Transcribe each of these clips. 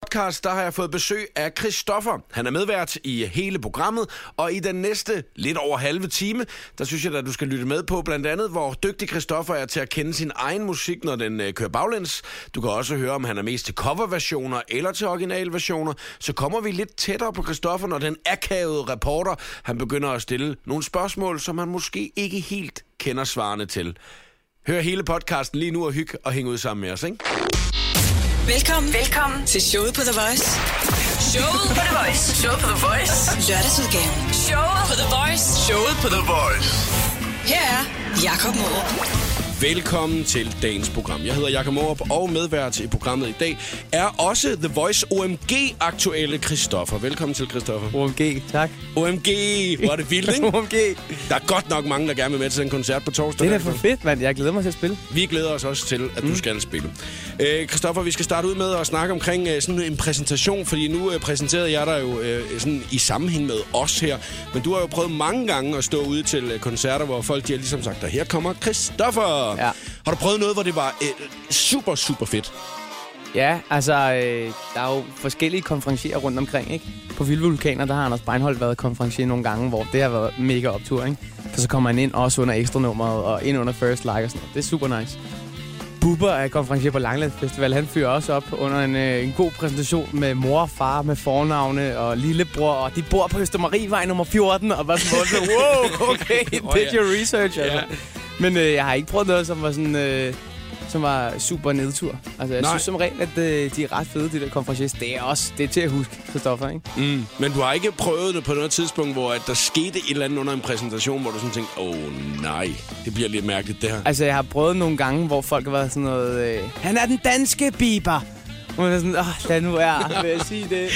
podcast, der har jeg fået besøg af Christoffer. Han er medvært i hele programmet, og i den næste lidt over halve time, der synes jeg, at du skal lytte med på blandt andet, hvor dygtig Christoffer er til at kende sin egen musik, når den kører baglæns. Du kan også høre, om han er mest til coverversioner eller til originalversioner. Så kommer vi lidt tættere på Christoffer, når den akavede reporter, han begynder at stille nogle spørgsmål, som han måske ikke helt kender svarene til. Hør hele podcasten lige nu og hygge og hænge ud sammen med os, ikke? Velkommen til showet på The Voice. Showet på The Voice. Showet på The Voice. Lørdagsudgaven. Showet på The Voice. Showet på The Voice. Her er Jakob Morup. Velkommen til dagens program. Jeg hedder Jakob Morup, og medvært i programmet i dag er også The Voice OMG-aktuelle Christoffer. Velkommen til, Christoffer. OMG, tak. OMG, hvor er det vildt, ikke? OMG. Der er godt nok mange, der gerne vil med til den koncert på torsdag. Det er da for fedt, mand. Jeg glæder mig til at spille. Vi glæder os også til, at du skal spille. Christoffer, vi skal starte ud med at snakke omkring sådan en præsentation, fordi nu præsenterede jeg dig jo sådan i sammenhæng med os her. Men du har jo prøvet mange gange at stå ude til koncerter, hvor folk de har ligesom sagt, at her kommer Christoffer. Ja. Har du prøvet noget, hvor det var super, super fedt? Ja, altså, der er jo forskellige konferencier rundt omkring, ikke? På Vilde Vulkaner, der har Anders Breinholt været konferencier nogle gange, hvor det har været mega optur, ikke? For så kommer han ind også under ekstranummeret og ind under First Like og sådan noget. Det er super nice. Bubber er konferencier på Langland Festival. Han fyrer også op under en god præsentation med mor og far, med fornavne og lillebror. Og de bor på Østermarievej nummer 14. Og bare sådan, wow, okay, did your research, altså. Men jeg har ikke prøvet noget, som var sådan... som var super nedtur. Altså, jeg synes som regel, at de er ret fede, de der konferences. Det er til at huske, Christoffer, ikke? Men du har ikke prøvet det på noget tidspunkt, hvor at der skete et eller andet under en præsentation, hvor du sådan tænkte, nej, det bliver lidt mærkeligt, det her. Altså, jeg har prøvet nogle gange, hvor folk har været sådan noget, han er den danske Bieber. Og man er sådan, lad nu være, vil jeg sige det.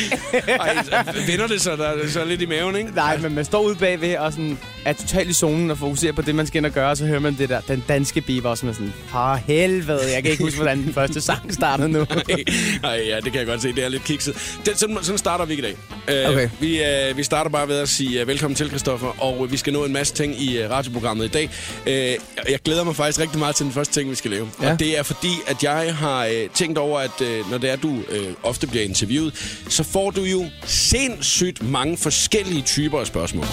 Vinder det så, der er så lidt i maven, ikke? Nej, men man står ude bagved og sådan, er totalt i zonen og fokuserer på det, man skal ind og gøre, og så hører man det der, den danske Bieber, og så er sådan, for helvede, jeg kan ikke huske, hvordan den første sang startede nu. Ja, det kan jeg godt se, det er lidt kikset. Sådan starter vi ikke i dag. Okay. Vi starter bare ved at sige velkommen til, Christoffer, og vi skal nå en masse ting i radioprogrammet i dag. Jeg glæder mig faktisk rigtig meget til den første ting, vi skal lave. Ja. Og det er fordi, at jeg har tænkt over, at når det er, du ofte bliver interviewet, så får du jo sindssygt mange forskellige typer af spørgsmål.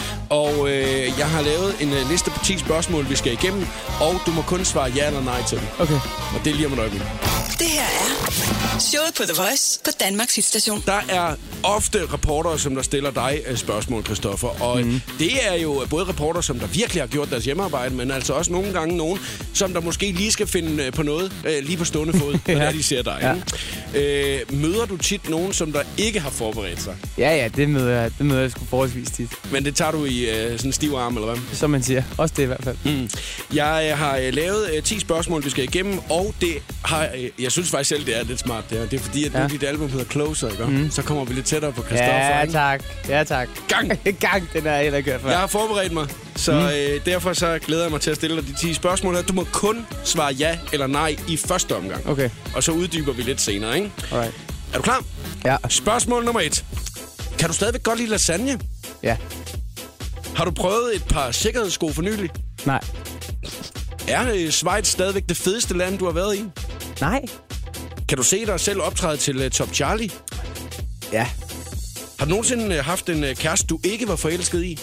Og jeg har lavet en liste på 10 spørgsmål, vi skal igennem, og du må kun svare ja eller nej til dem. Okay. Og det er lige om et øjeblik. Det her er showet på The Voice på Danmarks hitstation. Der er ofte reportere, som der stiller dig spørgsmål, Christoffer. Og det er jo både reportere, som der virkelig har gjort deres hjemmearbejde, men altså også nogle gange nogen, som der måske lige skal finde på noget, lige på stående fod, når de ser dig. Ja. Møder du tit nogen, som der ikke har forberedt sig? Ja, det møder jeg sgu forholdsvis tit. Men det tager du i sådan en stiv arm, eller hvad? Som man siger. Også det i hvert fald. Jeg har lavet 10 spørgsmål, vi skal igennem, og det har... Jeg synes faktisk selv, det er lidt smart, det her. Det er fordi, at nu dit album hedder Closer, ikke? Så kommer vi lidt tættere på Christoffer. Ja, tak. Gang, den er jeg ikke hørt før. Jeg har forberedt mig, så derfor så glæder jeg mig til at stille dig de 10 spørgsmål her. Du må kun svare ja eller nej i første omgang. Okay. Og så uddyber vi lidt senere, ikke? Alright. Er du klar? Ja. Spørgsmål nummer 1. Kan du stadigvæk godt lide lasagne? Ja. Har du prøvet et par sikkerhedssko for nylig? Nej. Er Schweiz stadigvæk det fedeste land, du har været i? Nej. Kan du se dig selv optræde til Top Charlie? Ja. Har du nogensinde haft en kæreste, du ikke var forelsket i?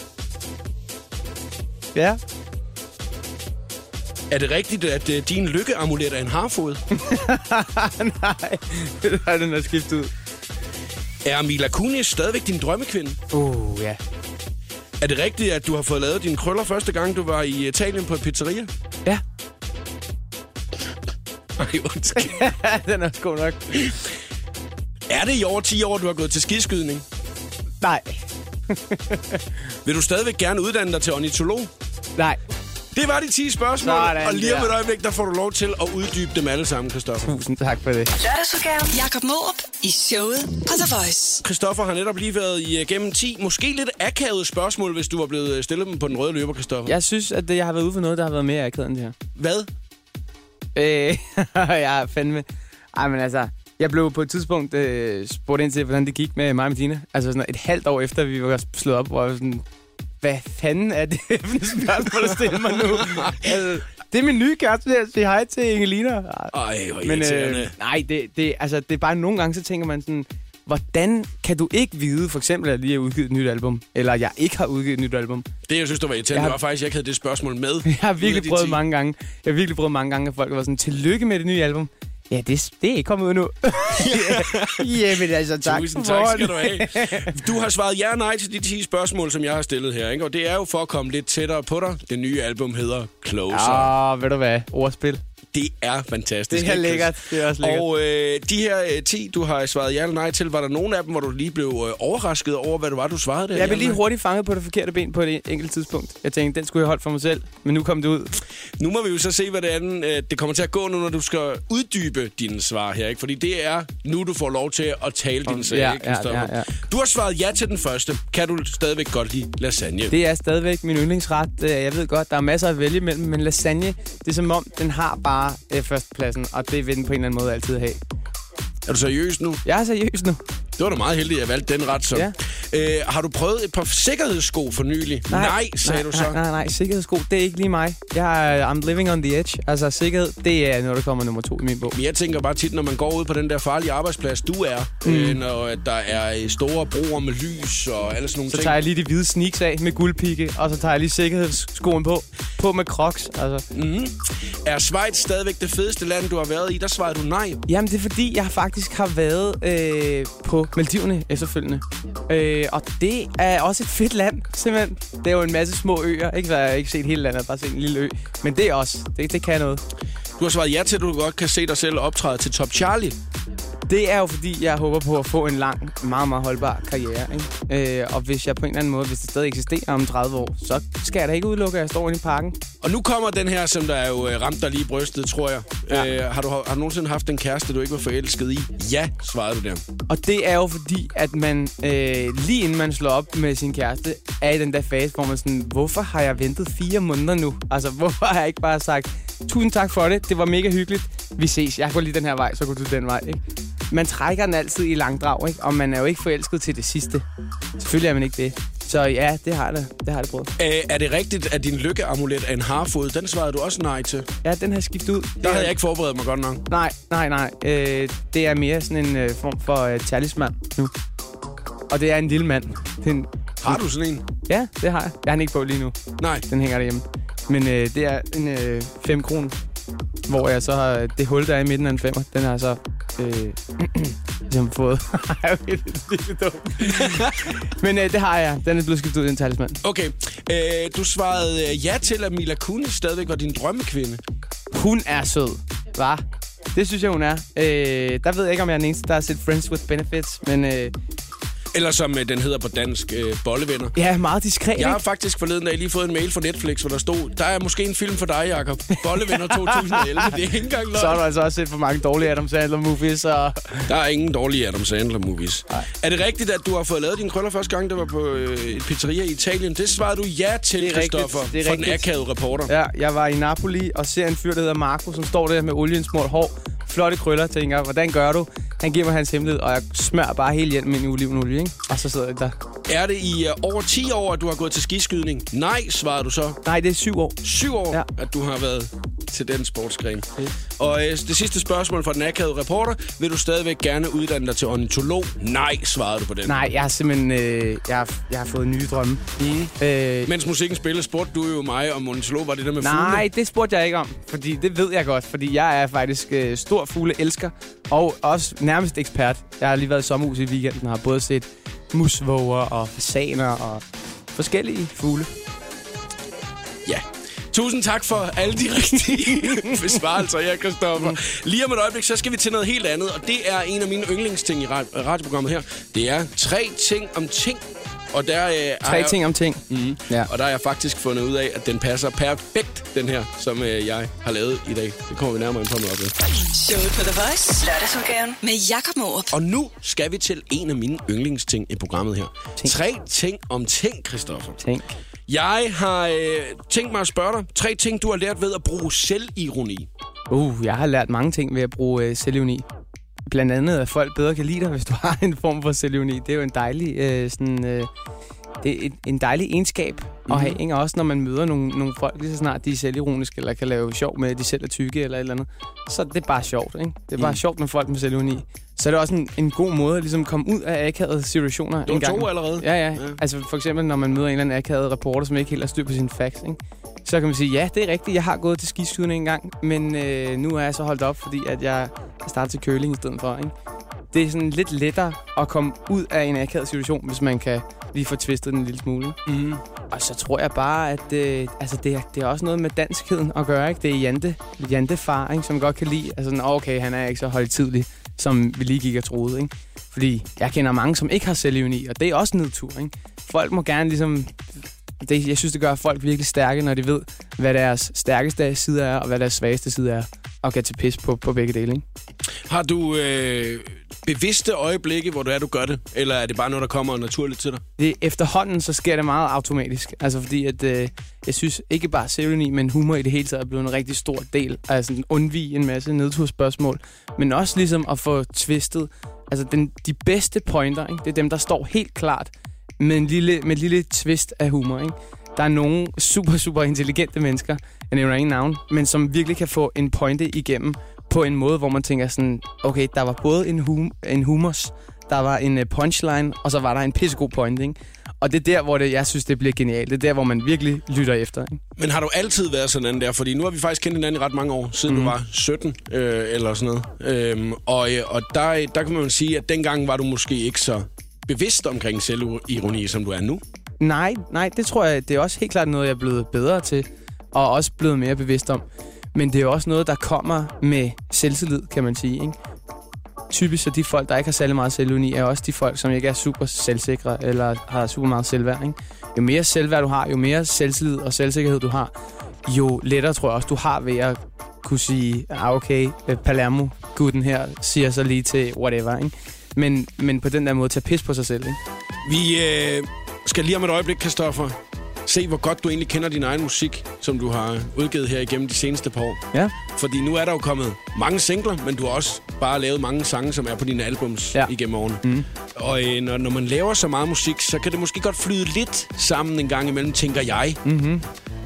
Ja. Er det rigtigt, at din lykkeamulet er en harfod? Nej, den er skiftet ud. Er Mila Kunis stadigvæk din drømmekvinde? Ja. Er det rigtigt, at du har fået lavet dine krøller første gang, du var i Italien på et pizzeria? Ja. Ej, undskyld. Den er sgu nok. Er det i over 10 år, du har gået til skidskydning? Nej. Vil du stadigvæk gerne uddanne dig til ornitolog? Nej. Det var de 10 spørgsmål, og lige om et øjeblik, der får du lov til at uddybe dem alle sammen, Christoffer. Tusind tak for det. Lørdagsudgaven. Jakob Morup i showet på The Voice. Christoffer har netop lige været igennem 10, måske lidt akavede spørgsmål, hvis du var blevet stillet dem på den røde løber, Christoffer. Jeg synes, at jeg har været ude for noget, der har været mere akavet end det her. Hvad? Jeg er fandme... Ej, men altså... Jeg blev på et tidspunkt spurgt ind til, hvordan det gik med mig og Medina. Altså sådan et halvt år efter, vi var slået op, hvor jeg var sådan... Hvad fanden er det for et spørgsmål at stille mig nu? Det er min nye kæreste, jeg siger hej til Ingelina. Ej, hvor irriterende. Nej, det er bare nogle gange, så tænker man sådan, hvordan kan du ikke vide, for eksempel, at jeg lige har udgivet et nyt album, eller jeg ikke har udgivet et nyt album? Det, jeg synes, der var irriterende, det var faktisk, at jeg ikke havde det spørgsmål med. Jeg har virkelig prøvet mange gange, at folk var sådan, tillykke med det nye album. Ja, det er ikke kommet ud nu. Jamen altså, tak. Tusind tak skal du have. Du har svaret ja og nej til de 10 spørgsmål, som jeg har stillet her, ikke? Og det er jo for at komme lidt tættere på dig. Det nye album hedder Closer. Ved du hvad? Ordspil. Det er fantastisk. Det er lækkert. Det er også lækkert. Og de her 10, du har svaret ja eller nej til, var der nogen af dem, hvor du lige blev overrasket over, hvad det var, du svarede der? Jeg blev lige hurtigt fanget på det forkerte ben på et enkelt tidspunkt. Jeg tænkte, den skulle jeg holde for mig selv, men nu kom det ud. Nu må vi jo så se, hvad det kommer til at gå nu, når du skal uddybe dine svar her, ikke? Fordi det er nu, du får lov til at tale din sag, ikke, Christoffer? Ja. Du har svaret ja til den første. Kan du stadigvæk godt lide lasagne? Det er stadigvæk min yndlingsret. Jeg ved godt, der er masser at vælge mellem, men lasagne, det er som om, den har bare førstepladsen, og det vil den på en eller anden måde altid have. Er du seriøs nu? Jeg er seriøs nu. Det var da meget heldigt, at jeg valgte den ret så. Ja. Har du prøvet et par sikkerhedssko for nylig? Nej, sagde du så. Nej, sikkerhedssko, det er ikke lige mig. I'm living on the edge. Altså, sikkerhed, det er noget, der kommer nummer 2 i min bog. Men jeg tænker bare tit, når man går ud på den der farlige arbejdsplads, du er, når der er store broer med lys og alle sådan nogle ting. Så tager jeg lige de hvide sneaks af med guldpigge, og så tager jeg lige sikkerhedsskoen på med Crocs. Altså. Er Schweiz stadigvæk det fedeste land, du har været i? Der svarede du nej. Jamen, det er fordi, jeg faktisk har været på Maldiverne efterfølgende. Og det er også et fedt land, simpelthen. Det er jo en masse små øer. Ikke, så jeg har ikke set hele landet, bare set en lille ø. Men det er også. Det kan noget. Du har svaret ja til, at du godt kan se dig selv optræde til Top Charlie. Det er jo fordi, jeg håber på at få en lang, meget, meget holdbar karriere. Ikke? Og hvis jeg på en eller anden måde, hvis det stadig eksisterer om 30 år, så skal jeg da ikke udelukke, at jeg står inde i parken. Og nu kommer den her, som der er jo ramt dig lige i brystet, tror jeg. Ja. Har du nogensinde haft en kæreste, du ikke var forelsket i? Ja, svarede du der. Og det er jo fordi, at man lige inden man slår op med sin kæreste, er i den der fase, hvor man sådan, hvorfor har jeg ventet 4 måneder nu? Altså, hvorfor har jeg ikke bare sagt, tusind tak for det, det var mega hyggeligt, vi ses, jeg går lige den her vej, så går du den vej, ikke? Man trækker den altid i langdrag, ikke? Og man er jo ikke forelsket til det sidste. Selvfølgelig er man ikke det. Så ja, det har det prøvet. Er det rigtigt, at din lykkeamulet er en harfod? Den svarede du også nej til. Ja, den har skiftet ud. Der havde jeg ikke forberedt mig godt nok. Nej. Det er mere sådan en form for talisman nu. Og det er en lille mand. Har du sådan en? Ja, det har jeg. Jeg har den ikke på lige nu. Nej. Den hænger derhjemme. Men det er en 5 kroner, hvor jeg så har det hul, der er i midten af en 5'er. Den har jeg så fået. Men det har jeg. Den er blevet skiftet ud i en talisman. Okay. Du svarede ja til, at Mila Kunis stadigvæk var din drømmekvinde. Hun er sød, hva? Det synes jeg, hun er. Der ved jeg ikke, om jeg er den eneste, der har set Friends with Benefits, men... Eller som den hedder på dansk, Bollevenner. Ja, meget diskret. Jeg har faktisk forleden dag lige fået en mail fra Netflix, hvor der stod, der er måske en film for dig, Jacob. Bollevenner 2011. Det er ikke engang løgn. Så har du altså også set for mange dårlige Adam Sandler-movies. Og... Der er ingen dårlige Adam Sandler-movies. Er det rigtigt, at du har fået lavet dine krøller første gang, der var på et pizzeria i Italien? Det svarede du ja til, Christoffer, for den akavede reporter. Ja, jeg var i Napoli og ser en fyr, der hedder Marco, som står der med oliensmurt hår. Flotte krøller, tænker, hvordan gør du? Han giver mig hans hemmelighed, og jeg smører bare helt hjem med en olivenolie, ikke? Og så sidder jeg der. Er det i over 10 år, at du har gået til skiskydning? Nej, svarede du så. Nej, det er 7 år. 7 år, ja. At du har været til den sportsgren. Okay. Og det sidste spørgsmål fra den akavede reporter. Vil du stadigvæk gerne uddanne dig til ornitolog? Nej, svarede du på den. Nej, jeg har simpelthen jeg har fået nye drømme. Mens musikken spillede, spurgte du jo mig om ornitolog. Var det der med fugle? Nej, det spurgte jeg ikke om. Fordi det ved jeg godt. Fordi jeg er faktisk stor fugleelsker. Og også nærmest ekspert. Jeg har lige været i sommerhus i weekenden og har både set musvåger og fasaner og forskellige fugle. Ja. Tusind tak for alle de rigtige besvarelser, ja, Christoffer. Lige om et øjeblik, så skal vi til noget helt andet, og det er en af mine yndlingsting i radioprogrammet her. Det er 3 ting om ting. Og der 3 ting om ting. Ja. Og der har jeg faktisk fundet ud af, at den passer perfekt, den her, som jeg har lavet i dag. Det kommer vi nærmere ind på med øjeblik. Showet på The Voice. Lørdagsudgaven med Jacob Morup. Og nu skal vi til en af mine yndlingsting i programmet her. 3 ting om ting, Christoffer. Ting. Jeg har tænkt mig at spørge dig. 3 ting, du har lært ved at bruge selvironi. Jeg har lært mange ting ved at bruge selvironi. Blandt andet, at folk bedre kan lide dig, hvis du har en form for selvironi. Det er jo en dejlig det en dejlig egenskab at have, ikke? Også når man møder nogle folk, lige så snart de er selvironiske, eller kan lave sjov med, at de selv er tykke, eller et eller andet. Så det er bare sjovt, ikke? Det er bare sjovt med folk med selvironi. Så er det også en god måde at ligesom komme ud af akavede situationer. Du er 2 allerede. Ja. Altså for eksempel, når man møder en eller anden akavet reporter, som ikke helt har styr på sine facts, ikke? Så kan man sige, ja, det er rigtigt, jeg har gået til skiskydning en gang, men nu er jeg så holdt op, fordi at jeg starter til curling i stedet for, ikke? Det er sådan lidt lettere at komme ud af en akavet situation, hvis man kan lige få twistet den en lille smule. Mm. Og så tror jeg bare, at det er også noget med danskheden at gøre, ikke? Det er Jantefar, ikke? Som godt kan lide, altså okay, han er ikke så højtidlig, som vi lige gik og troede, ikke? Fordi jeg kender mange, som ikke har selvironi, og det er også en nedtur, ikke? Folk må gerne ligesom... jeg synes, det gør folk virkelig stærke, når de ved, hvad deres stærkeste side er, og hvad deres svageste side er, og kan tage pis på begge dele, ikke? Har du bevidste øjeblikke, hvor du gør det? Eller er det bare noget, der kommer naturligt til dig? Efterhånden, så sker det meget automatisk. Altså fordi, at jeg synes ikke bare selvironi, men humor i det hele taget er blevet en rigtig stor del. Altså undvige en masse nedturspørgsmål, men også ligesom at få twistet. Altså de bedste pointer, ikke? Det er dem, der står helt klart med et lille twist af humor, ikke? Der er nogle super, super intelligente mennesker, jeg nævner ingen navn, men som virkelig kan få en pointe igennem på en måde, hvor man tænker sådan, okay, der var både en humors, der var en punchline, og så var der en pissegod point, ikke? Og det er der, hvor jeg synes, det bliver genialt. Det er der, hvor man virkelig lytter efter, ikke? Men har du altid været sådan der? Fordi nu har vi faktisk kendt hinanden i ret mange år, siden du var 17 eller sådan noget. Og der kan man sige, at dengang var du måske ikke så bevidst omkring selvironi, som du er nu. Nej, det tror jeg, det er også helt klart noget, jeg er blevet bedre til, og også blevet mere bevidst om. Men det er også noget, der kommer med selvtillid, kan man sige, ikke? Typisk så de folk, der ikke har særlig meget selvironi, er også de folk, som ikke er super selvsikre, eller har super meget selvværd, ikke? Jo mere selvværd du har, jo mere selvtillid og selvsikkerhed du har, jo lettere tror jeg også, du har ved at kunne sige, okay, Palermo, gutten her, siger så lige til whatever, ikke? Men på den der måde, tage pis på sig selv, ikke? Vi skal lige om et øjeblik, Christoffer, se hvor godt du egentlig kender din egen musik, som du har udgivet her igennem de seneste par år. Ja. Fordi nu er der jo kommet mange singler, men du har også bare lavet mange sange, som er på dine albums igennem årene. Mm. Og når man laver så meget musik, så kan det måske godt flyde lidt sammen en gang imellem, tænker jeg. Mm-hmm.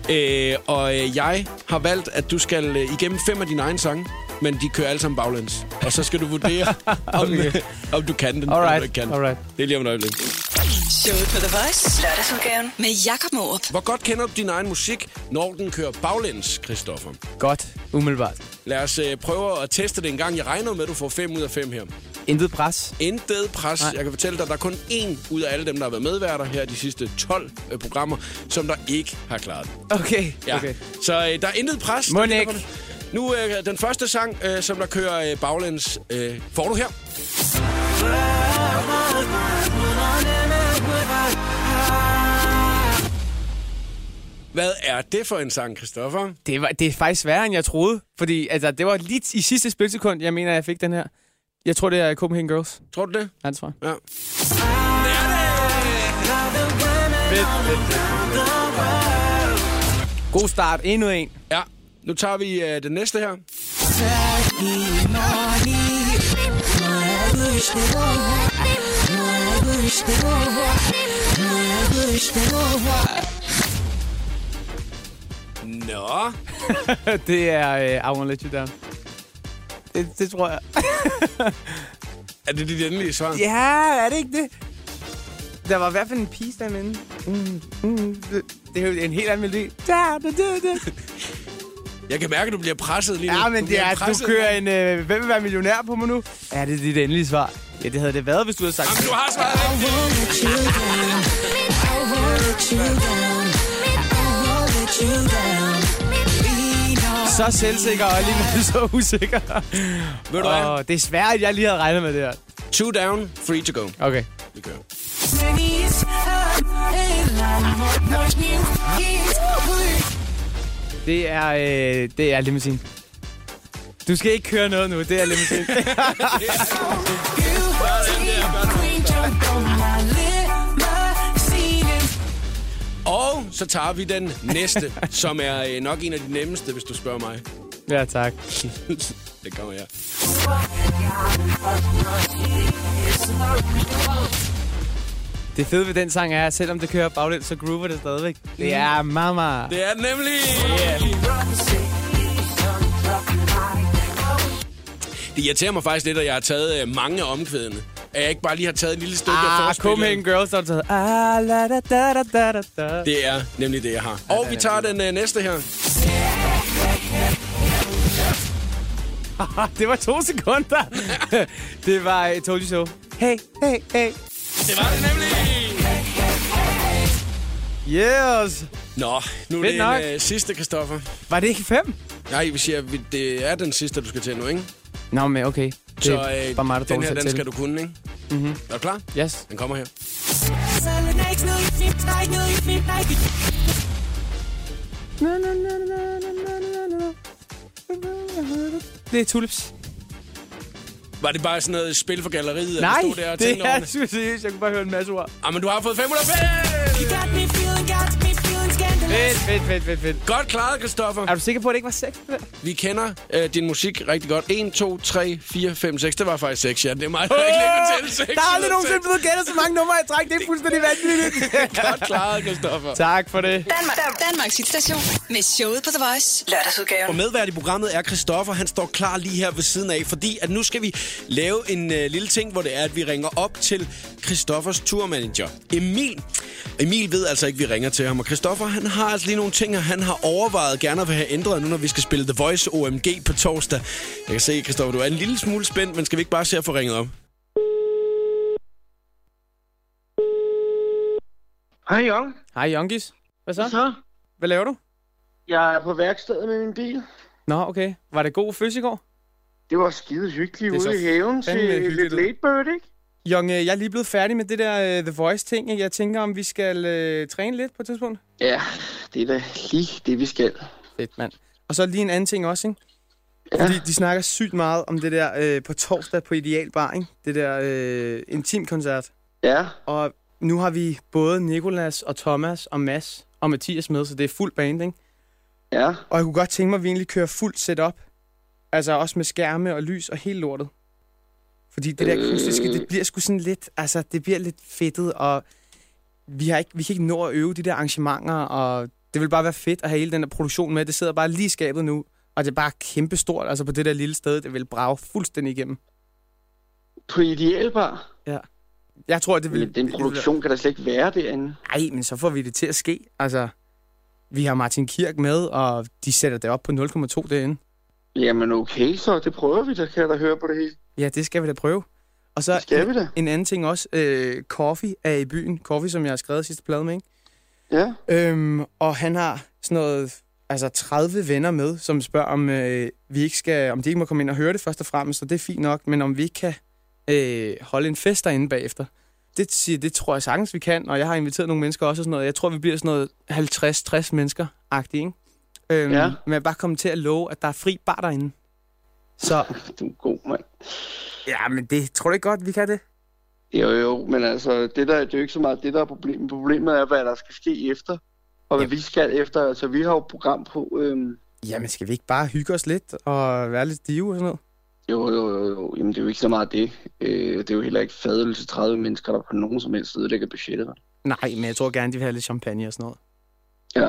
Jeg har valgt, at du skal igennem 5 af dine egne sange, men de kører alle sammen baglæns. Og så skal du vurdere, om du kan den, eller du ikke kan. Alright. Det er lige om et øjeblik. Showet på The Voice. Lørdagsudgaven med Jakob Morup. Hvor godt kender du din egen musik, når den kører baglæns, Christoffer? Godt, umiddelbart. Lad os prøve at teste det en gang. Jeg regner med, at du får 5 ud af 5 her. Intet pres. Intet pres. Nej. Jeg kan fortælle dig, at der er kun 1 ud af alle dem, der har været medværter her de sidste 12 programmer, som der ikke har klaret det. Okay. Ja. Okay. Så der er intet pres. Monik. Nu den første sang, som der kører baglæns, får du her. Hvad er det for en sang, Christoffer? Det er faktisk sværere, end jeg troede. Fordi altså, det var lige i sidste spilsekund, jeg mener, jeg fik den her. Jeg tror, det er Copenhagen Girls. Tror du det? Ja, det tror jeg. Ja. Det er det! Fedt. God start. 1 ud af 1. Ja. Nu tager vi den næste her. Nå. Det er I Won't Let You Down. Det tror jeg. Er det dit endelige svar? Ja, er det ikke det? Der var i hvert fald en pige derinde. Det er jo en helt anden melodi. Jeg kan mærke, at du bliver presset lige nu. Ja, men du kører en hvem vil være millionær på mig nu? Ja, det er dit endelige svar. Ja, det havde det været, hvis du havde sagt. Jamen, du har svaret rigtigt. Så selvsikker og alligevel så usikker. Ved du hvad? Det er svært, at jeg lige havde regnet med det her. 2 down, 3 to go. Okay. Vi kører. Det er Limousine. Du skal ikke køre noget nu, det er Limousine. Og så tager vi den næste, som er nok en af de nemmeste, hvis du spørger mig. Ja, tak. Det kommer her. Det fede ved den sang er, at selvom det kører baglæns, så groover det stadigvæk. Det er mama. Det er nemlig. Yeah. Det irriterer mig faktisk lidt, at jeg har taget mange omkvædene. At jeg ikke bare lige har taget et lille stykke af forspillet. Copenhagen Girls, der har taget. La da da da da da. Det er nemlig det, jeg har. Og vi tager den næste her. Det var 2 sekunder. Det var Told You So. Hey, hey, hey. Det var det nemlig. Yes. Nå, nu er det den sidste, Christoffer. Var det ikke 5? Nej, vi siger, det er den sidste, du skal til nu, ikke? Nå, men okay. Det så var mig, den her, den skal du kunne, ikke? Mm-hmm. Er du klar? Yes. Den kommer her. Det er Tulips. Var det bare sådan noget spil for galleriet? Nej, stod der og det er seriøst. Jeg kunne bare høre en masse ord. Men du har fået 505! Fedt. Godt klaret, Christoffer. Er du sikker på, at det ikke var 6? Vi kender din musik rigtig godt. 1, 2, 3, 4, 5, 6. Det var faktisk 6, ja. Det er meget, der ikke kunne tælle 6. Der er aldrig nogensinde blevet gættet så mange numre i træk. Det er fuldstændig vanvittigt. Godt klaret, Christoffer. Tak for det. Danmarks hitstation med showet på The Voice. Lørdagsudgaven. Og medvært i programmet er Christoffer. Han står klar lige her ved siden af, fordi at nu skal vi lave en lille ting, hvor det er, at vi ringer op til Christoffers turmanager, Emil. Emil ved altså ikke, at vi ringer til ham. Og Christoffer, han har altså lige nogle ting, han har overvejet gerne at vil have ændret nu, når vi skal spille The Voice OMG på torsdag. Jeg kan se, Christoffer, du er en lille smule spændt, men skal vi ikke bare se at få ringet op? Hej, Jong. Hej, Jongis. Hvad så? Så? Hvad laver du? Jeg er på værkstedet med min bil. Nå, okay. Var det god fødsel i går? Det var skide hyggeligt ude i haven til lidt late bird, ikke? Jong, jeg er lige blevet færdig med det der The Voice-ting. Jeg tænker, om vi skal træne lidt på et tidspunkt. Ja, det er da lige det, vi skal. Fedt, mand. Og så lige en anden ting også, ikke? Ja. Fordi de snakker sygt meget om det der på torsdag på Ideal Bar, ikke? Det der intimkoncert. Ja. Og nu har vi både Nicolas og Thomas og Mads og Mathias med, så det er fuld band, ikke? Ja. Og jeg kunne godt tænke mig, at vi egentlig kører fuldt setup. Altså også med skærme og lys og helt lortet. Fordi det der akustiske, det bliver sgu sådan lidt, altså det bliver lidt fedtet, og vi kan ikke nå at øve de der arrangementer, og det vil bare være fedt at have hele den der produktion med. Det sidder bare lige i skabet nu, og det er bare kæmpestort, altså på det der lille sted, det vil brage fuldstændig igennem. På Ideal Bar? Ja. Jeg tror, det vil... Men den produktion kan da slet ikke være derinde. Nej, men så får vi det til at ske. Altså, vi har Martin Kirk med, og de sætter det op på 0,2 derinde. Jamen okay, så det prøver vi da, kan jeg da høre på det hele. Ja, det skal vi da prøve. Og så en anden ting også. Coffee er i byen. Coffee, som jeg har skrevet sidste plade med, ikke? Ja. Og han har sådan noget, altså 30 venner med, som spørger, om om de ikke må komme ind og høre det først og fremmest, så det er fint nok, men om vi ikke kan holde en fest derinde bagefter. Det tror jeg sagtens, vi kan, og jeg har inviteret nogle mennesker også og sådan noget. Jeg tror, vi bliver sådan noget 50-60 mennesker-agtigt, ikke? Ja. Men jeg bare kommer til at love, at der er fri bar derinde. Så... Du er god, mand. Ja, men det tror du ikke godt, vi kan det? Jo, men altså, det er jo ikke så meget det, der er problemet. Problemet er, hvad der skal ske efter, og hvad vi skal efter. Altså, vi har jo et program på... Jamen, skal vi ikke bare hygge os lidt og være lidt stive og sådan noget? Jo. Jamen, det er jo ikke så meget det. Det er jo heller ikke fadøl til 30 mennesker, der på nogen som helst ødelægger budgettet. Nej, men jeg tror gerne, de vil have lidt champagne og sådan noget. Ja.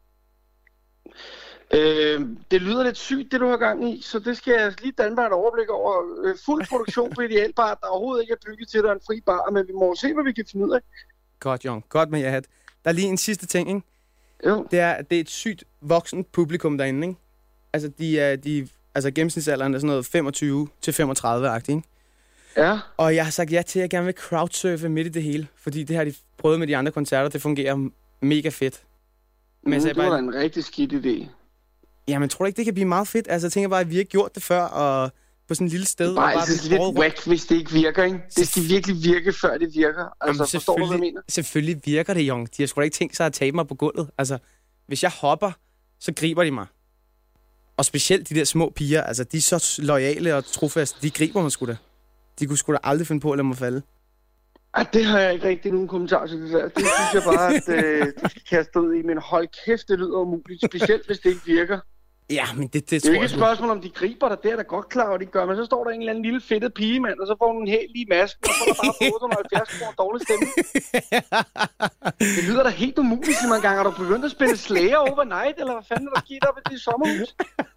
Det lyder lidt sygt, det du har gang i, så det skal jeg lige danne mig et overblik over. Fuld produktion på Ideal Bar, der overhovedet ikke er bygget til, der er en fri bar, men vi må se, hvad vi kan finde ud af. Godt, Jong. Godt med jer hat. Der er lige en sidste ting, ikke? Jo. Det er, at det er et sygt voksent publikum derinde, ikke? Altså, gennemsnitsalderen er sådan noget 25 til 35-agtigt, ikke? Ja. Og jeg har sagt ja til, at jeg gerne vil crowdsurfe midt i det hele, fordi det har de prøvet med de andre koncerter, det fungerer mega fedt. Men det var en rigtig skidt idé. Jamen, tror du ikke, det kan blive meget fedt? Altså, jeg tænker bare, at vi har ikke gjort det før, og på sådan et lille sted... Det er bare altså lidt whack, hvis det ikke virker, ikke? Det skal virkelig virke, før det virker. Altså, forstår du, hvad jeg mener? Selvfølgelig virker det, Jong. De har sgu da ikke tænkt sig at tabe mig på gulvet. Altså, hvis jeg hopper, så griber de mig. Og specielt de der små piger, altså, de er så loyale og trofaste. De griber mig sgu da. De kunne sgu da aldrig finde på at lade mig falde. Ej, det har jeg ikke rigtig nogen kommentar til det der. Det synes jeg bare, at du skal kaste ud i. Men hold kæft, det lyder umuligt. Specielt, hvis det ikke virker. Ja, men det er jo ikke et spørgsmål, om de griber dig. Det er da godt klar, og de gør. Men så står der en eller anden lille fedtet pige, mand, og så får du en helt lige masken, og så er der bare 870 kroner dårlig stemme. Det lyder da helt umuligt, så mange gange. Har du begyndt at spille Slayer overnight, eller hvad fanden er der sket op i det sommerhus?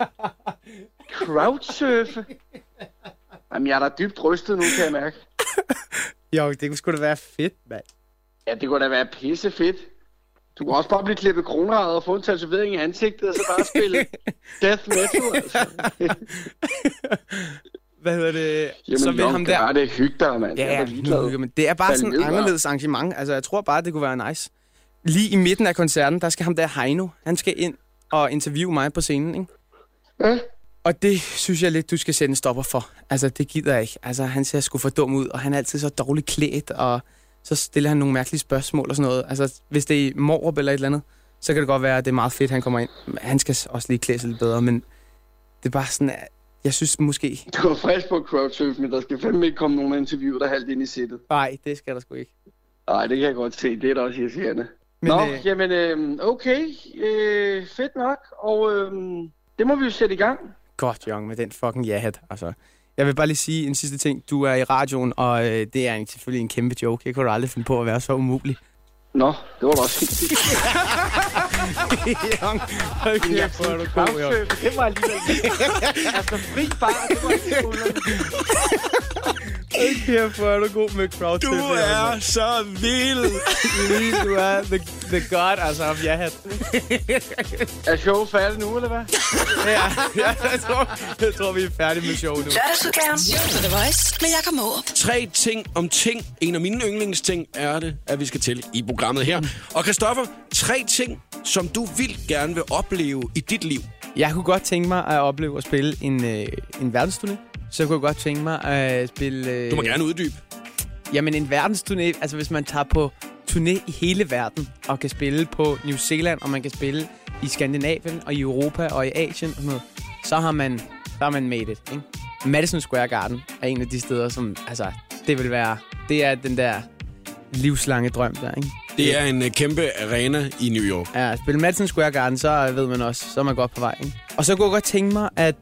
Crowdsurfe. Jamen, jeg er da dybt rystet nu, kan jeg mærke. Jo, det kunne sgu da være fedt, mand. Ja, det kunne da være pisse fedt. Du kan også bare blive klippet kronradet og få en tatovering i ansigtet, og så bare spille death metal, altså. Hvad hedder det? Jamen, så vil ham der... det hygge dig, mand. Ja, men det er bare sådan et anderledes arrangement. Altså, jeg tror bare, det kunne være nice. Lige i midten af koncerten, der skal ham der Heino. Han skal ind og interviewe mig på scenen, ikke? Ja. Og det synes jeg lidt, du skal sætte en stopper for. Altså, det gider jeg ikke. Altså, han ser sgu for dum ud, og han er altid så dårligt klædt, og så stiller han nogle mærkelige spørgsmål og sådan noget. Altså, hvis det er Mårup eller et eller andet, så kan det godt være, at det er meget fedt, han kommer ind. Han skal også lige klæde sig lidt bedre, men det er bare sådan, jeg synes måske... Du er frisk på crowdsurfe, men der skal fandme ikke komme nogen interview, der er halvt ind i sættet. Nej, det skal der sgu ikke. Nej, det kan jeg godt se. Det er da også irriterende. Nå, jamen, okay. Fedt nok. Og det må vi jo sætte i gang. Godt, Jørgen, med den fucking ja-hat. Altså, jeg vil bare lige sige en sidste ting. Du er i radioen, og det er selvfølgelig en kæmpe joke. Jeg kunne aldrig finde på at være så umulig. Nå, det var da også fint. Jørgen, okay, hvor er du god, Jørgen. Det var alligevel altså, fri bar, det var ikke okay, hvor er du god med crowdsurfing. Du er så vild. Du er the god, altså, of ja-hat. Er showet færdigt nu, eller hvad? Ja, jeg tror, vi er færdige med show nu. Lørdagsudgaven på The Voice med Jakob Mårup. 3 ting om ting. En af mine yndlingsting er det, at vi skal til i programmet her. Og Christoffer, 3 ting, som du vildt gerne vil opleve i dit liv. Jeg kunne godt tænke mig at opleve at spille en verdensturné. Så kunne jeg godt tænke mig at spille... Du må gerne uddybe. Jamen en verdensturné, altså hvis man tager på turné i hele verden og kan spille på New Zealand, og man kan spille i Skandinavien og i Europa og i Asien og sådan noget, så har man made it, ikke? Madison Square Garden er en af de steder, som, altså, det er den der livslange drøm der, ikke? Det er en kæmpe arena i New York. Ja, spille Madison Square Garden, så ved man også, så er man godt på vej, ikke? Og så kunne jeg godt tænke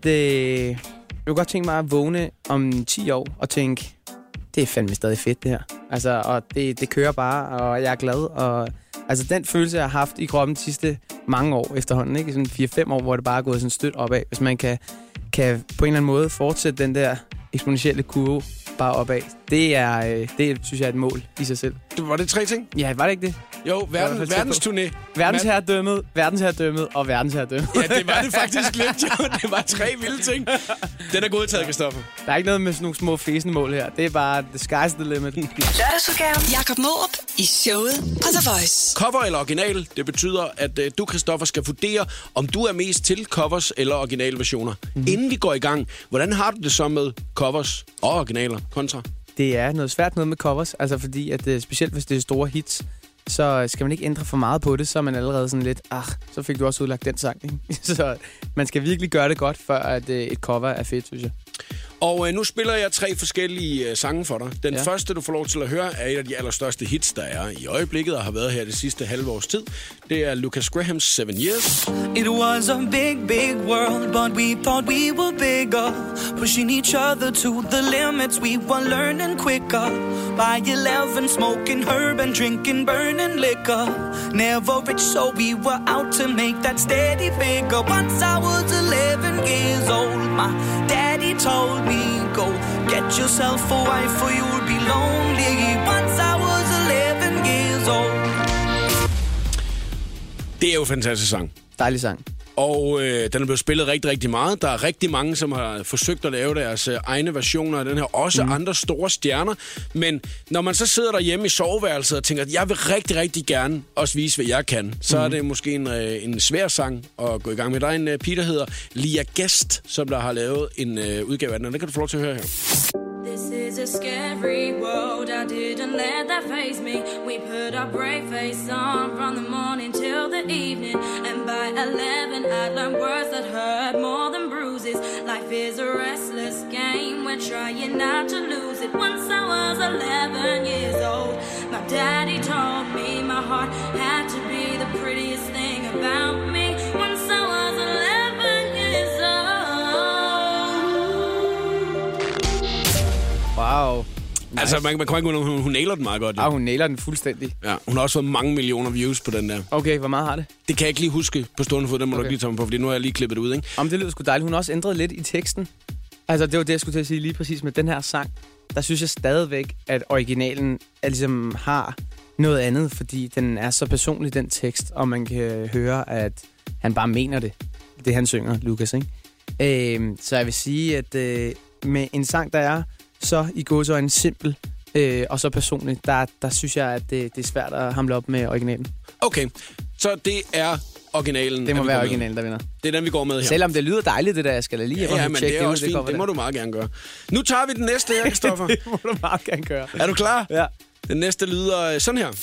mig at vågne om 10 år og tænke, det er fandme stadig fedt det her. Altså, og det kører bare, og jeg er glad. Og, altså, den følelse, jeg har haft i kroppen de sidste mange år efterhånden, ikke? Sådan 4-5 år, hvor det bare er gået sådan stødt opad. Hvis man kan på en eller anden måde fortsætte den der eksponentielle kurve bare opad. Det synes jeg er et mål i sig selv. Var det 3 ting? Ja, var det ikke det? Jo, verdensturné. Verdensherredømmet og verdensherredømmet. Ja, det var det faktisk lidt, jo. Det var 3 vilde ting. Den er godtaget, Christoffer. Der er ikke noget med sådan nogle små fæsenmål her. Det er bare the sky's the limit. Lørdagsudgaven. Jakob Mårup i showet på The Voice. Cover eller original, det betyder, at du, Christoffer, skal vurdere, om du er mest til covers eller originalversioner. Inden vi går i gang, hvordan har du det så med covers og originaler kontra? Det er noget svært noget med covers, altså fordi at specielt hvis det er store hits, så skal man ikke ændre for meget på det, så er man allerede sådan lidt, så fik du også udlagt den sang, ikke? Så man skal virkelig gøre det godt, før at et cover er fedt, synes jeg. Og nu spiller jeg 3 forskellige sange for dig. Den første, du får lov til at høre, er et af de allerstørste hits, der er i øjeblikket, og har været her det sidste halve års tid. Det er Lucas Grahams 7 Years. It was a big, big world, but we thought we were bigger. Pushing each other to the limits, we were learning quicker. By 11, smoking herb and drinking burning liquor. Never rich, so we were out to make that steady figure. Once I was 11 years old, my daddy told me, go get yourself a wife or you'll be lonely. Once I was 11 years old. Det er jo en fantastisk sang. Dejlig sang. Og den er blevet spillet rigtig, rigtig meget. Der er rigtig mange, som har forsøgt at lave deres egne versioner af den her. Også andre store stjerner. Men når man så sidder derhjemme i soveværelset og tænker, at jeg vil rigtig, rigtig gerne også vise, hvad jeg kan, så er det måske en svær sang at gå i gang med. Der er en pige, der hedder Lia Guest, som der har lavet en udgave af den. Og det kan du få lov til at høre her. This is a scary world, I didn't let that faze me. We put our brave face on from the morning till the evening. And by 11 I'd learned words that hurt more than bruises. Life is a restless game, we're trying not to lose it. Once I was 11 years old, my daddy told me my heart had to be the prettiest thing about me. Once I was 11 years nice. Altså, man kan ikke hun nailer den meget godt. Ja, hun nailer den fuldstændig. Ja, hun har også fået mange millioner views på den der. Okay, hvor meget har det? Det kan jeg ikke lige huske på stående fod, den må du ikke lige tage mig på, fordi nu har jeg lige klippet det ud, ikke? Jamen, det lyder sgu dejligt. Hun har også ændret lidt i teksten. Altså, det var det, jeg skulle til at sige lige præcis med den her sang. Der synes jeg stadigvæk, at originalen ligesom har noget andet, fordi den er så personlig, den tekst, og man kan høre, at han bare mener det han synger, Lucas, ikke? Så jeg vil sige, at med en sang, der er så i gåseøjne simpel og så personligt, der synes jeg, at det er svært at hamle op med originalen. Okay, så det er originalen. Det må være originalen, der vinder. Det er den, vi går med her. Selvom det lyder dejligt, det der, jeg skal da lige men det er også fint. Det må du meget gerne gøre. Nu tager vi den næste her, Christoffer. Det må du meget gerne gøre. Er du klar? Ja. Den næste lyder sådan her.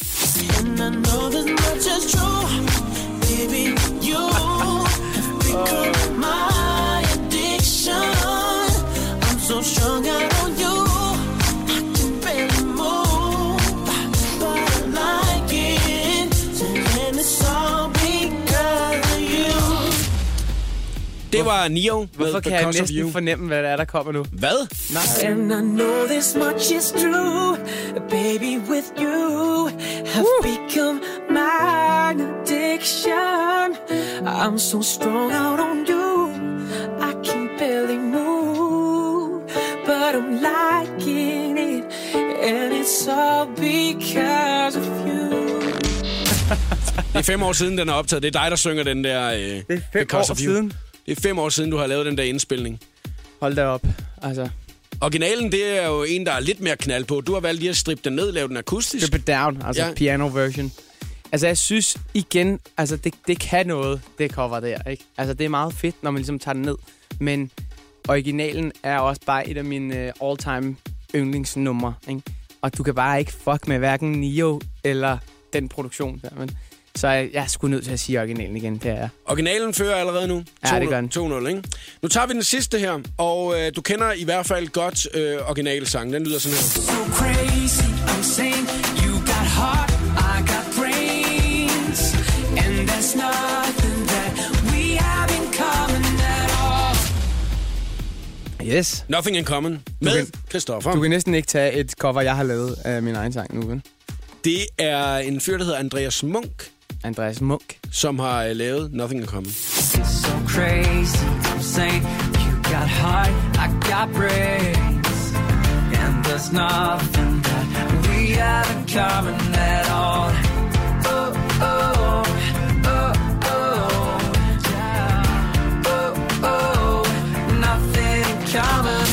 Det var Neo. Hvorfor kan jeg næsten fornemme, hvad det er, der kommer nu? Hvad? Nej. And I know this much is true, baby, with you have become my addiction. I'm so strung out on you, I can barely move, but I'm liking it, and it's all because of you. Det er 5 år siden, den er optaget. Det er dig, der synger den der... Det er 5 år siden. Det er 5 år siden, du har lavet den der indspilning. Hold da op, altså. Originalen, det er jo en, der er lidt mere knald på. Du har valgt lige at strippe den ned, lave den akustisk. Strip it down, altså ja. Piano version. Altså, jeg synes igen, altså det kan noget, det cover der, ikke? Altså, det er meget fedt, når man ligesom tager den ned. Men originalen er også bare et af mine all-time yndlingsnumre, ikke? Og du kan bare ikke fuck med hverken Neo eller den produktion der, men... Så jeg er sgu nødt til at sige originalen igen, det er jeg. Originalen fører allerede nu. Ja, det gør den. 2-0, ikke? Nu tager vi den sidste her, og du kender i hvert fald godt originalsangen. Den lyder sådan her. So crazy, I'm saying you got heart, I got brains, and there's nothing that we have in common at all. Yes. Nothing in common med Christoffer. Du kan næsten ikke tage et cover, jeg har lavet af min egen sang nu, vel? Det er en fyr, der hedder Andreas Munch. Andreas Munch. Som har lavet Nothing in Common. It's so crazy, I'm saying you got heart, I got brains, and there's nothing that we have in common at all. Oh, oh, oh, oh, yeah. Oh, oh, nothing in common.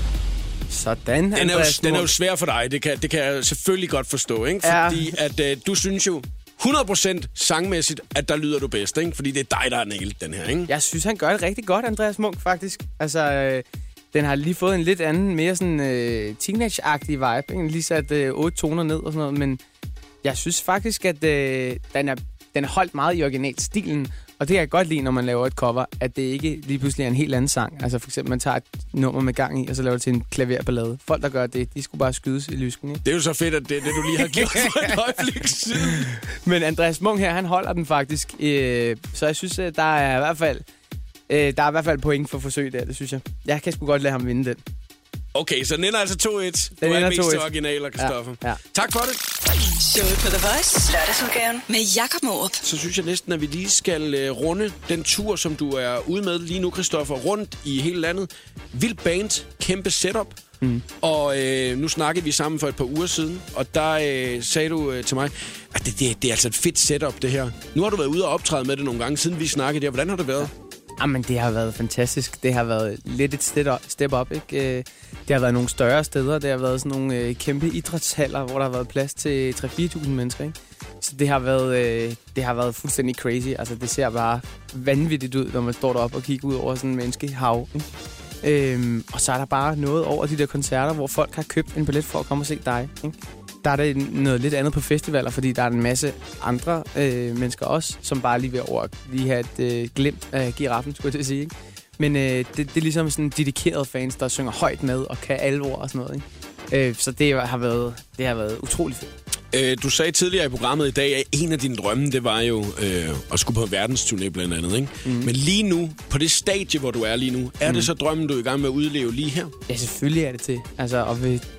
Sådan, den er jo svær for dig, det kan jeg selvfølgelig godt forstå, ikke? Fordi at du synes jo 100% sangmæssigt, at der lyder du bedst, ikke? Fordi det er dig, der har nailet den her, ikke? Jeg synes, han gør det rigtig godt, Andreas Munch, faktisk. Altså, den har lige fået en lidt anden, mere sådan teenage-agtig vibe, ikke? Lige sat 8 toner ned og sådan noget, men jeg synes faktisk, at den er holdt meget i originalstilen, og det kan jeg godt lide, når man laver et cover, at det ikke lige pludselig er en helt anden sang. Altså for eksempel, man tager et nummer med gang i, og så laver det til en klaverballade. Folk, der gør det, de skulle bare skydes i lysken, ikke? Det er jo så fedt, at det du lige har gjort for et øjeblik siden. Men Andreas Munch her, han holder den faktisk. Så jeg synes, der er i hvert fald point for forsøg der, det synes jeg. Jeg kan sgu godt lade ham vinde den. Okay, så den ender altså 2-1. Du er mest til originaler, Christoffer. Ja. Tak for det. Showet på The Voice. Lørdagsudgaven med Jakob Morup. Så synes jeg næsten, at vi lige skal runde den tur, som du er ude med lige nu, Christoffer, rundt i hele landet. Vildt band, kæmpe setup. Mm. Og nu snakkede vi sammen for et par uger siden, og der sagde du til mig, at det er altså et fedt setup, det her. Nu har du været ude og optræde med det nogle gange, siden vi snakkede der. Hvordan har det været? Jamen, det har været fantastisk. Det har været lidt et step up, ikke? Det har været nogle større steder. Det har været sådan nogle kæmpe idrætshaller, hvor der har været plads til 3-4.000 mennesker, ikke? Så det har været fuldstændig crazy. Altså, det ser bare vanvittigt ud, når man står deroppe og kigger ud over sådan en menneskehav, ikke? Og så er der bare noget over de der koncerter, hvor folk har købt en billet for at komme og se dig, ikke? Der er der noget lidt andet på festivaler, fordi der er en masse andre mennesker også, som bare lige vil over lige have et glimt af giraffen, skulle jeg til at sige, ikke? Men det er ligesom sådan dedikerede fans, der synger højt med og kan alvor og sådan noget, ikke? Så det har været utrolig fedt. Du sagde tidligere i programmet i dag, at en af dine drømme, det var jo at skulle på verdensturné blandt andet, ikke? Mm. Men lige nu, på det stadie, hvor du er lige nu, er det så drømmen, du er i gang med at udleve lige her? Ja, selvfølgelig er det til. Altså, og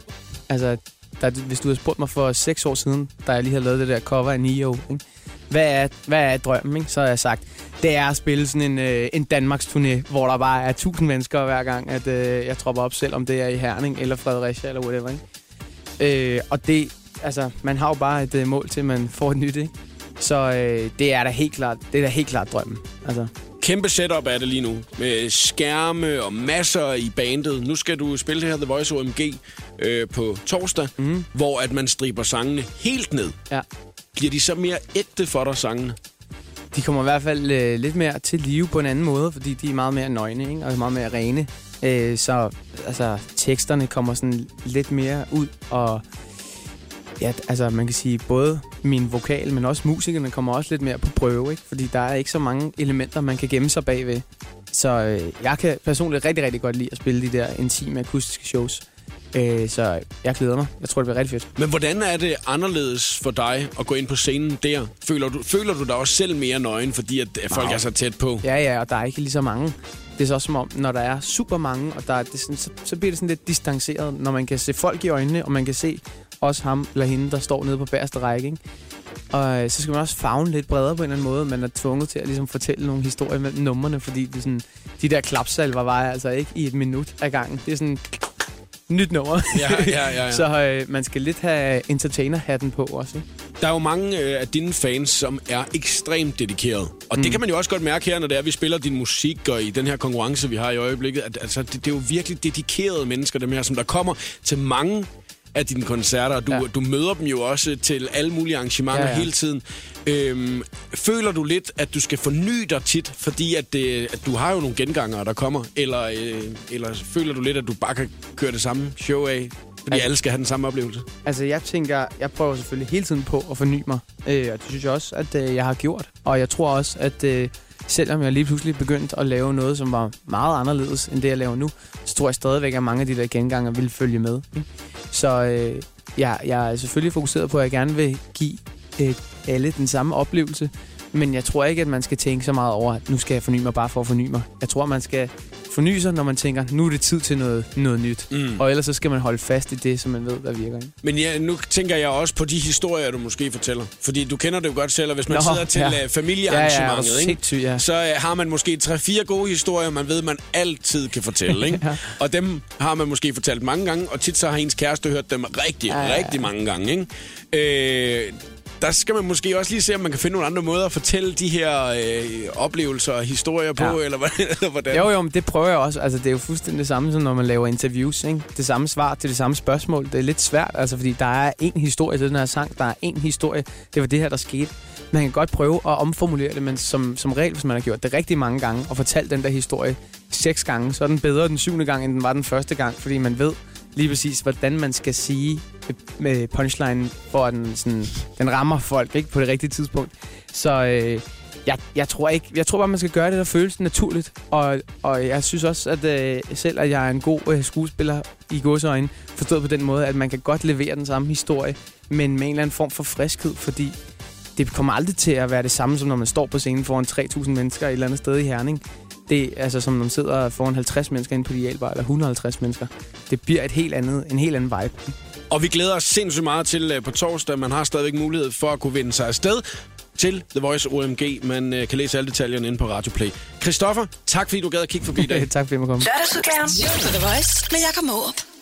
Altså, hvis du havde spurgt mig for 6 år siden, da jeg lige havde lavet det der cover af Nio, ikke? Hvad er drømmen, ikke? Så har jeg sagt, det er at spille sådan en Danmarks turné, hvor der bare er 1000 mennesker hver gang, at jeg tropper op, selv om det er i Herning eller Fredericia eller whatever, ikke? Og det, altså, man har jo bare et mål til, at man får et nyt, ikke? Så det er da helt klart drømmen, altså. Kæmpe setup er det lige nu, med skærme og masser i bandet. Nu skal du spille det her The Voice OMG på torsdag, hvor at man striber sangene helt ned. Ja. Bliver de så mere ægte for dig, sangene? De kommer i hvert fald lidt mere til live på en anden måde, fordi de er meget mere nøgne, ikke? Og meget mere rene. Så altså, teksterne kommer sådan lidt mere ud, og ja, altså man kan sige, både min vokal, men også musikerne kommer også lidt mere på prøve, ikke? Fordi der er ikke så mange elementer, man kan gemme sig bagved. Så jeg kan personligt rigtig, rigtig godt lide at spille de der intime akustiske shows. Så jeg glæder mig. Jeg tror, det bliver rigtig fedt. Men hvordan er det anderledes for dig at gå ind på scenen der? Føler du dig også selv mere nøgen, fordi at folk er så tæt på? Ja, og der er ikke lige så mange. Det er så som om, når der er super mange, og så bliver det sådan lidt distanceret, når man kan se folk i øjnene, og man kan se også ham eller hende, der står nede på bagerste række, ikke? Og så skal man også favne lidt bredere på en eller anden måde. Man er tvunget til at ligesom fortælle nogle historier mellem numrene, fordi det sådan, de der klapsalver var altså ikke i 1 minut ad gangen. Det er sådan nyt nummer. Ja. Så man skal lidt have entertainer-hatten på også, ikke? Der er jo mange af dine fans, som er ekstremt dedikerede. Og det kan man jo også godt mærke her, når det er, vi spiller din musik, og i den her konkurrence, vi har i øjeblikket. At, altså, det er jo virkelig dedikerede mennesker, dem her, som der kommer til mange af dine koncerter. Du møder dem jo også til alle mulige arrangementer hele tiden. Føler du lidt, at du skal forny dig tit, fordi at du har jo nogle gengangere, der kommer? Eller føler du lidt, at du bare kan køre det samme show af, fordi alle skal have den samme oplevelse? Altså, jeg prøver selvfølgelig hele tiden på at forny mig. Og det synes jeg også, at jeg har gjort. Og jeg tror også, at selvom jeg lige pludselig begyndte at lave noget, som var meget anderledes end det, jeg laver nu, så tror jeg stadigvæk, at mange af de der gengangere vil følge med. Så jeg er selvfølgelig fokuseret på, at jeg gerne vil give alle den samme oplevelse. Men jeg tror ikke, at man skal tænke så meget over, at nu skal jeg forny mig bare for at forny mig. Jeg tror, man skal forny sig, når man tænker, nu er det tid til noget nyt. Og ellers så skal man holde fast i det, som man ved, der virker. Ikke? Men ja, nu tænker jeg også på de historier, du måske fortæller. Fordi du kender det jo godt selv, og hvis man sidder til familiearrangementet, så har man måske 3-4 gode historier, man ved, man altid kan fortælle. Ikke? Og dem har man måske fortalt mange gange, og tit så har ens kæreste hørt dem rigtig mange gange. Ikke? Der skal man måske også lige se, om man kan finde nogle andre måder at fortælle de her oplevelser og historier på, eller hvordan? Jo, men det prøver jeg også. Altså, det er jo fuldstændig det samme, som når man laver interviews, ikke? Det samme svar til det samme spørgsmål. Det er lidt svært, altså, fordi der er én historie til den her sang. Der er én historie. Det var det her, der skete. Man kan godt prøve at omformulere det, men som regel, hvis man har gjort det rigtig mange gange, og fortalt den der historie 6 gange, så er den bedre den 7. gang, end den var den første gang, fordi man ved lige præcis, hvordan man skal sige med punchline, for at den rammer folk, ikke, på det rigtige tidspunkt. Så jeg tror bare, man skal gøre det, der føles naturligt. Og jeg synes også, at selv at jeg er en god skuespiller i gåseøjne, forstået på den måde, at man kan godt levere den samme historie, men med en eller anden form for friskhed, fordi det kommer aldrig til at være det samme, som når man står på scenen foran 3.000 mennesker et eller andet sted i Herning. Det er altså som når man sidder foran 50 mennesker inde på Dialbar, eller 150 mennesker. Det bliver en helt anden vibe. Og vi glæder os sindssygt meget til på torsdag. Man har stadigvæk mulighed for at kunne vinde sig afsted til The Voice OMG. Man kan læse alle detaljerne inde på Radio Play. Christoffer, tak fordi du gad at kigge forbi i dag. Tak fordi jeg måtte komme. Lørdagsudgaven på The Voice med Jakob Mårup.